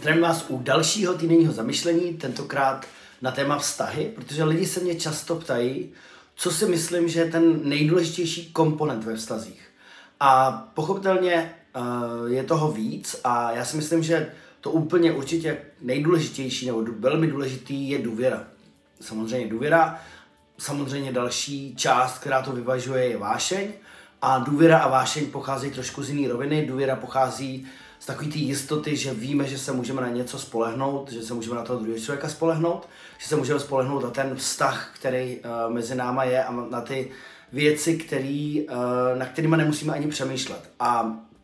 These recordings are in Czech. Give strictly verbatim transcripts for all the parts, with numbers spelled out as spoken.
Zdravím vás u dalšího týdenního zamyšlení, tentokrát na téma vztahy, protože lidi se mě často ptají, co si myslím, že je ten nejdůležitější komponent ve vztazích. A pochopitelně uh, je toho víc a já si myslím, že to úplně určitě nejdůležitější nebo velmi důležitý je důvěra. Samozřejmě důvěra, samozřejmě další část, která to vyvažuje, je vášeň. A důvěra a vášeň pochází trošku z jiné roviny. Důvěra pochází z takové té jistoty, že víme, že se můžeme na něco spolehnout, že se můžeme na toho druhého člověka spolehnout, že se můžeme spolehnout na ten vztah, který uh, mezi náma je a na ty věci, který, uh, na kterými nemusíme ani přemýšlet. A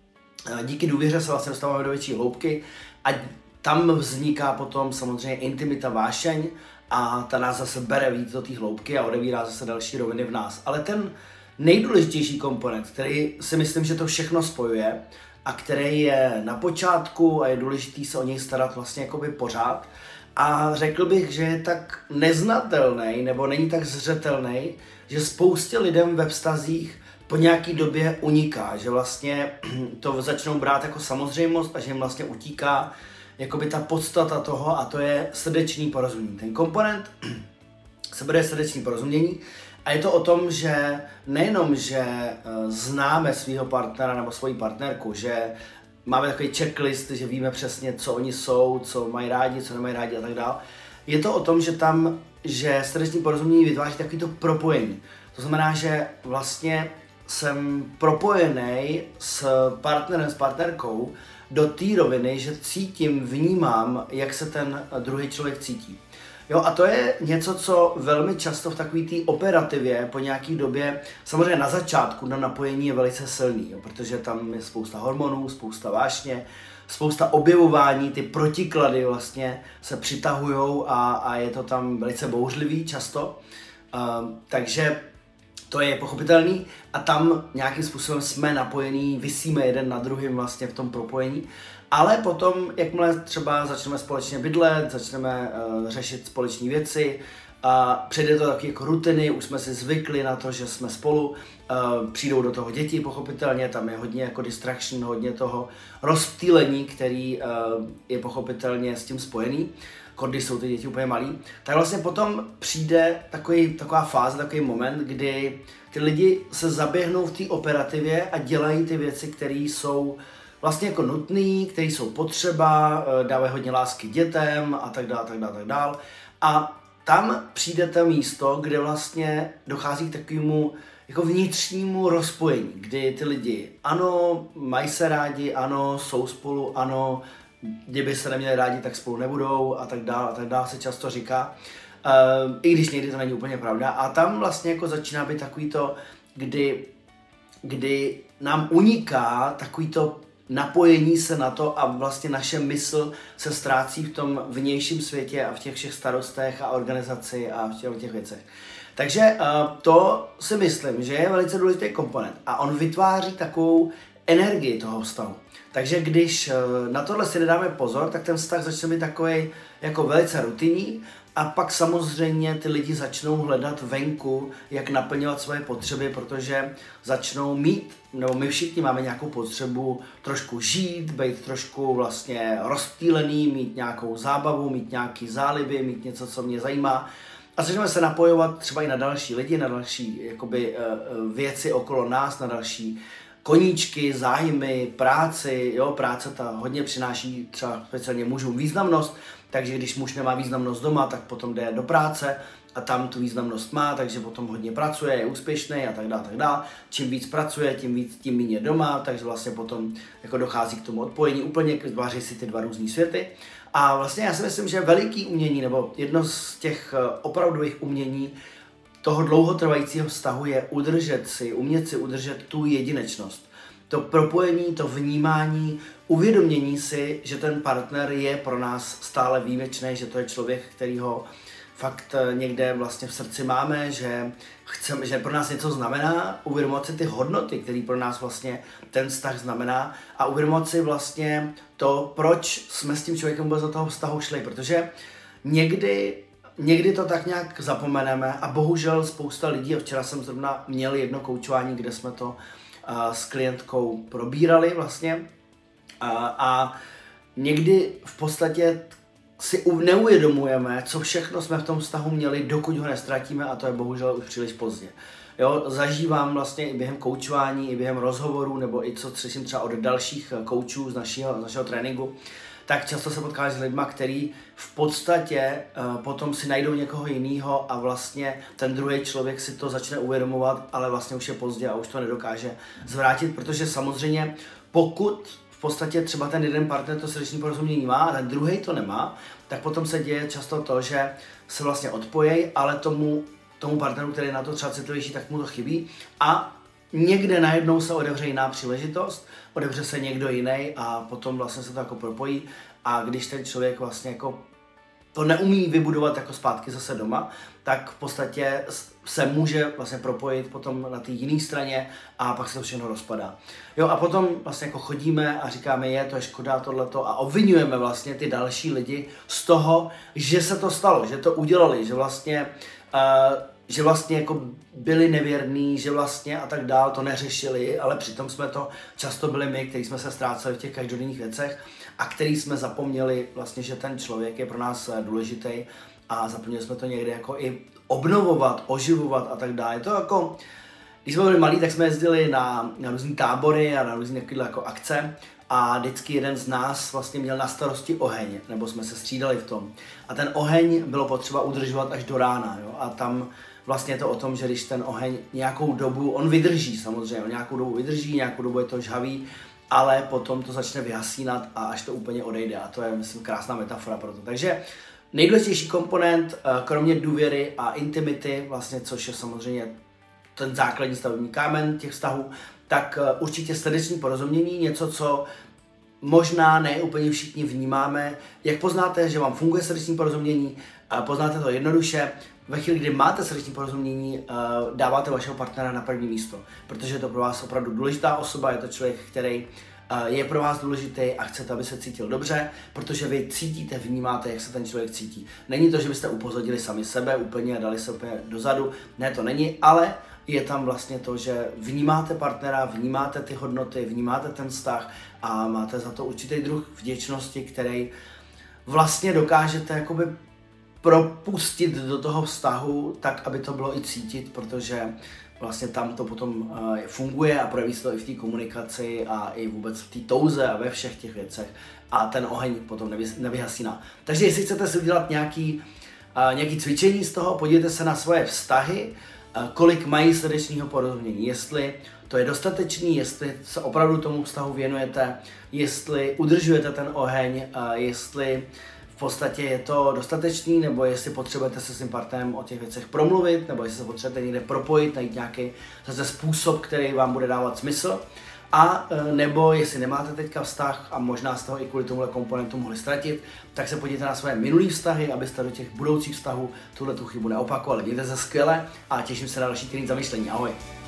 uh, díky důvěře se vlastně dostáváme do větší hloubky a tam vzniká potom samozřejmě intimita, vášeň a ta nás zase bere víc do té hloubky a odevírá zase další roviny v nás. Ale ten nejdůležitější komponent, který si myslím, že to všechno spojuje a který je na počátku a je důležitý se o něj starat vlastně jakoby pořád. A řekl bych, že je tak neznatelný nebo není tak zřetelný, že spoustě lidem ve vztazích po nějaký době uniká, že vlastně to začnou brát jako samozřejmost a že jim vlastně utíká jakoby ta podstata toho a to je srdeční porozumění. Ten komponent se bude srdeční porozumění. A je to o tom, že nejenom, že známe svého partnera nebo svoji partnerku, že máme takový checklist, že víme přesně, co oni jsou, co mají rádi, co nemají rádi a tak dále. Je to o tom, že tam, že srdeční porozumění vytváří takový to propojení. To znamená, že vlastně jsem propojený s partnerem, s partnerkou do té roviny, že cítím, vnímám, jak se ten druhý člověk cítí. Jo, a to je něco, co velmi často v takové té operativě po nějaké době, samozřejmě na začátku na napojení je velice silný, jo, protože tam je spousta hormonů, spousta vášně, spousta objevování, ty protiklady vlastně se přitahujou a, a je to tam velice bouřlivý často, uh, takže to je pochopitelný a tam nějakým způsobem jsme napojení, visíme jeden na druhým vlastně v tom propojení. Ale potom, jakmile třeba začneme společně bydlet, začneme uh, řešit společné věci a přijde to taky jako rutiny, už jsme si zvykli na to, že jsme spolu, uh, přijdou do toho děti pochopitelně, tam je hodně jako distraction, hodně toho rozptýlení, který uh, je pochopitelně s tím spojený, když jsou ty děti úplně malí, tak vlastně potom přijde takový, taková fáze, takový moment, kdy ty lidi se zaběhnou v té operativě a dělají ty věci, které jsou vlastně jako nutný, které jsou potřeba, dávají hodně lásky dětem a tak dále, tak dále, tak dále. A tam přijde to místo, kde vlastně dochází k takovému jako vnitřnímu rozpojení, kdy ty lidi ano, mají se rádi, ano, jsou spolu, ano, kdyby se neměli rádi, tak spolu nebudou a tak dále, a tak dále se často říká. Uh, I když někdy to není úplně pravda. A tam vlastně jako začíná být takový to, kdy, kdy nám uniká takový to napojení se na to a vlastně naše mysl se ztrácí v tom vnějším světě a v těch všech starostech a organizaci a v těch, v těch věcech. Takže uh, to si myslím, že je velice důležitý komponent a on vytváří takovou energii toho vztahu. Takže když uh, na tohle si nedáme pozor, tak ten vztah začne být takový jako velice rutinní a pak samozřejmě ty lidi začnou hledat venku, jak naplňovat svoje potřeby, protože začnou mít, nebo my všichni máme nějakou potřebu trošku žít, být trošku vlastně rozptýlený, mít nějakou zábavu, mít nějaký záliby, mít něco, co mě zajímá. A začneme se napojovat třeba i na další lidi, na další jakoby, uh, věci okolo nás, na další koníčky, zájmy, práci, jo, práce ta hodně přináší třeba speciálně mužům významnost, takže když muž nemá významnost doma, tak potom jde do práce a tam tu významnost má, takže potom hodně pracuje, je úspěšný a tak dále, tak dále. Čím víc pracuje, tím víc, tím méně doma, takže vlastně potom jako dochází k tomu odpojení, úplně vytváří si ty dva různý světy. A vlastně já si myslím, že veliký umění, nebo jedno z těch opravdových umění toho dlouhotrvajícího vztahu je udržet si, umět si udržet tu jedinečnost. To propojení, to vnímání, uvědomění si, že ten partner je pro nás stále výjimečný, že to je člověk, kterýho fakt někde vlastně v srdci máme, že chceme, že pro nás něco znamená, uvědomovat si ty hodnoty, které pro nás vlastně ten vztah znamená a uvědomovat si vlastně to, proč jsme s tím člověkem vůbec do toho vztahu šli, protože někdy Někdy to tak nějak zapomeneme a bohužel spousta lidí, včera jsem zrovna měl jedno koučování, kde jsme to uh, s klientkou probírali vlastně uh, a někdy v podstatě si neuvědomujeme, co všechno jsme v tom vztahu měli, dokud ho nestratíme, a to je bohužel už příliš pozdě. Jo, zažívám vlastně i během koučování, i během rozhovorů, nebo i co slyším třeba od dalších koučů z našeho, z našeho tréninku, tak často se potkáš s lidma, který v podstatě uh, potom si najdou někoho jiného a vlastně ten druhý člověk si to začne uvědomovat, ale vlastně už je pozdě a už to nedokáže zvrátit, protože samozřejmě pokud v podstatě třeba ten jeden partner to srdeční porozumění má a ten druhý to nemá, tak potom se děje často to, že se vlastně odpojí, ale tomu, tomu partneru, který je na to třeba citlivější, tak mu to chybí a někde najednou se odevře jiná příležitost, odevře se někdo jiný a potom vlastně se to jako propojí a když ten člověk vlastně jako to neumí vybudovat jako zpátky zase doma, tak v podstatě se může vlastně propojit potom na té jiné straně a pak se to všechno rozpadá. Jo, a potom vlastně jako chodíme a říkáme, je, to je škoda, tohleto a obvinujeme vlastně ty další lidi z toho, že se to stalo, že to udělali, že vlastně uh, že vlastně jako byli nevěrní, že vlastně a tak dál to neřešili, ale přitom jsme to často byli my, kteří jsme se ztráceli v těch každodenních věcech a který jsme zapomněli vlastně, že ten člověk je pro nás důležitý a zapomněli jsme to někde jako i obnovovat, oživovat a tak dále. Je to jako, když jsme byli malí, tak jsme jezdili na, na různý tábory a na různé jako akce a vždycky jeden z nás vlastně měl na starosti oheň, nebo jsme se střídali v tom. A ten oheň bylo potřeba udržovat až do rána, jo? A tam vlastně je to o tom, že když ten oheň nějakou dobu, on vydrží samozřejmě, on nějakou dobu vydrží, nějakou dobu je to žhavý, ale potom to začne vyhasínat a až to úplně odejde. A to je, myslím, krásná metafora pro to. Takže nejdůležitější komponent, kromě důvěry a intimity, vlastně, což je samozřejmě ten základní stavební kámen těch vztahů, tak určitě srdeční porozumění, něco, co možná ne úplně všichni vnímáme. Jak poznáte, že vám funguje srdeční porozumění, poznáte to jednoduše. Ve chvíli, kdy máte srdeční porozumění, dáváte vašeho partnera na první místo, protože je to pro vás opravdu důležitá osoba, je to člověk, který je pro vás důležitý a chcete, aby se cítil dobře, protože vy cítíte, vnímáte, jak se ten člověk cítí. Není to, že byste upozadili sami sebe úplně a dali se úplně dozadu, ne, to není, ale je tam vlastně to, že vnímáte partnera, vnímáte ty hodnoty, vnímáte ten vztah a máte za to určitý druh vděčnosti, který vlastně dokážete jakoby propustit do toho vztahu tak, aby to bylo i cítit, protože vlastně tam to potom uh, funguje a projeví se to i v té komunikaci a i vůbec v té touze a ve všech těch věcech a ten oheň potom nevy, nevyhasíná. Takže jestli chcete si udělat nějaký, uh, nějaký cvičení z toho, podívejte se na svoje vztahy, uh, kolik mají srdečního porozumění, jestli to je dostatečný, jestli se opravdu tomu vztahu věnujete, jestli udržujete ten oheň, uh, jestli v podstatě je to dostatečný, nebo jestli potřebujete se svým partnerem o těch věcech promluvit, nebo jestli se potřebujete někde propojit, najít nějaký zase způsob, který vám bude dávat smysl, a nebo jestli nemáte teďka vztah a možná z toho i kvůli tomuhle komponentu mohli ztratit, tak se podívejte na své minulý vztahy, abyste do těch budoucích vztahů tuhle tu chybu neopakovali. Mějte se skvěle a těším se na další týden zamyšlení. Ahoj!